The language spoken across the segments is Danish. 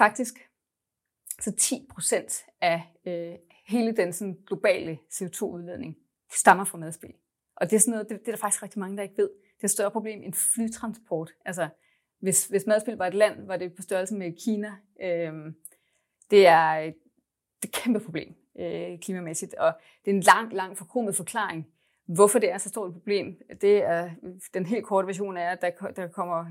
Faktisk så 10% af hele den sådan, globale CO2-udledning stammer fra madspild. Og det er sådan noget, det er der faktisk rigtig mange, der ikke ved. Det er et større problem end flytransport. Altså, hvis madspild var et land, var det på størrelse med Kina. Det er et kæmpe problem klimamæssigt, og det er en lang forkromet forklaring. Hvorfor det er så stort et problem, det er den helt korte version er, at der kommer,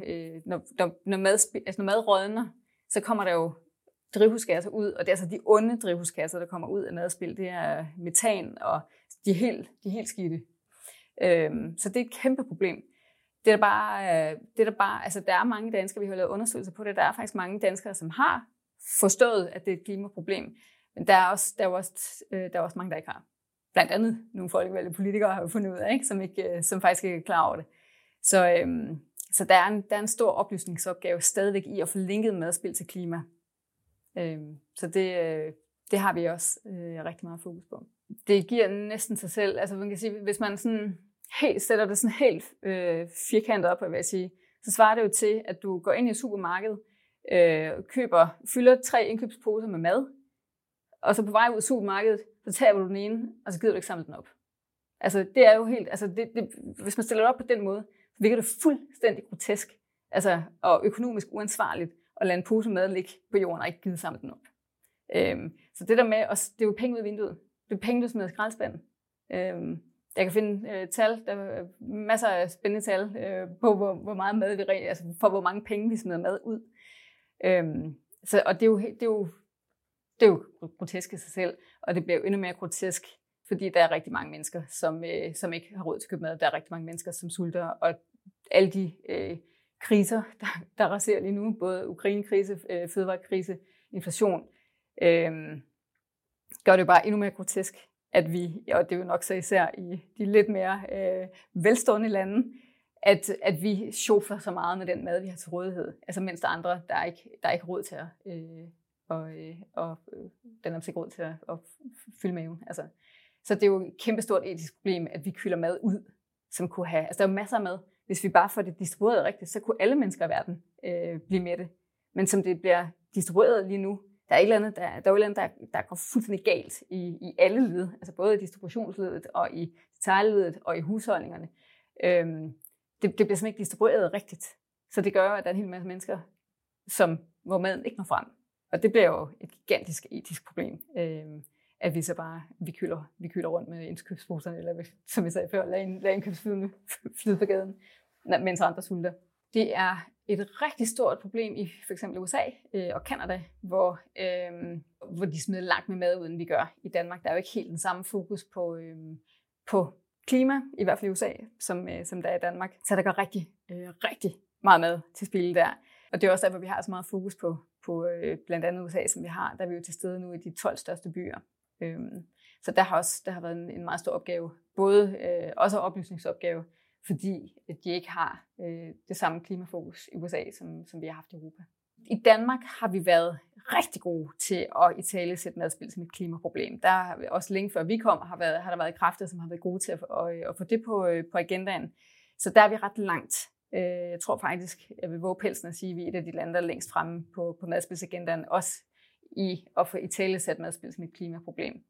når mad rådner, så kommer der jo drivhusgasser ud, og det er altså de onde drivhusgasser, der kommer ud af madspild. Det er metan og de helt skidte. Så det er et kæmpe problem. Det er der bare, altså der er mange danskere, vi har lavet undersøgelser på det, der er faktisk mange danskere, som har forstået, at det er et klimaproblem, men der er også mange, der ikke har. Blandt andet nogle folkevalgte politikere har jo fundet ud af, ikke? Som faktisk ikke er klar over det. Så der er en stor oplysningsopgave stadigvæk i at få linket madspild til klima. Så det har vi også rigtig meget fokus på. Det giver næsten sig selv, altså man kan sige, hvis man sådan sætter det sådan helt firkantet op, vil jeg sige, så svarer det jo til, at du går ind i et supermarked, fylder 3 indkøbsposer med mad, og så på vej ud af supermarkedet, så tager du den ene, og så gider du ikke samle den op. Altså det er jo helt, altså hvis man stiller det op på den måde, så virker det fuldstændig grotesk, altså og økonomisk uansvarligt at lade en pose mad ligge på jorden og ikke gide samle den op. Så det der med, det er jo penge ud af vinduet. Det er penge, du smider i skraldespanden. Jeg kan finde tal, der er masser af spændende tal på, hvor meget mad vi altså for hvor mange penge vi smider mad ud. Og det er jo grotesk i sig selv, og det bliver jo endnu mere grotesk, fordi der er rigtig mange mennesker, som ikke har råd til at købe mad. Der er rigtig mange mennesker, som sulter, og alle de kriser, der raserer lige nu, både Ukraine-krise, fødevarekrise, inflation, gør det jo bare endnu mere grotesk, at vi, og det er jo nok så især i de lidt mere velstående lande, at vi sjofler så meget med den mad, vi har til rådighed. Altså mens der er andre, der er ikke råd til at og den er ikke råd til at fylde maven. Altså, så det er jo et kæmpestort etisk problem, at vi kylder mad ud, som kunne have, altså der er jo masser af mad. Hvis vi bare får det distribueret rigtigt, så kunne alle mennesker i verden blive med det. Men som det bliver distribueret lige nu, der er et eller andet, der går fuldstændig galt i alle led, altså både i distributionsledet og i detailledet og i husholdningerne. Det bliver simpelthen ikke distribueret rigtigt. Så det gør, at der er en hel masse mennesker, hvor maden ikke når frem. Og det bliver jo et gigantisk etisk problem, at vi så bare vi kylder rundt med indkøbsposerne, eller som vi sagde før, lad indkøbsflyene flyde på gaden, mens andre sulter. Det er et rigtig stort problem i for eksempel USA og Canada, hvor de smider langt med mad ud, end vi gør i Danmark. Der er jo ikke helt den samme fokus på klima, i hvert fald i USA, som der er i Danmark. Så der går rigtig meget mad til spilde der. Og det er også derfor, vi har så meget fokus på blandt andet USA, som vi har. Der er vi jo til stede nu i de 12 største byer. Så der har været en meget stor opgave. Både også oplysningsopgave, fordi de ikke har det samme klimafokus i USA, som vi har haft i Europa. I Danmark har vi været rigtig gode til at italesætte madspild som et klimaproblem. Der også længe før vi kom, har der været kræfter, som har været gode til at få det på agendaen. Så der er vi ret langt. Jeg tror faktisk, jeg vil våge pelsen at sige, at vi er et af de lande, der er længst fremme på madspildsagendaen, også i at få italesat madspild som et klimaproblem.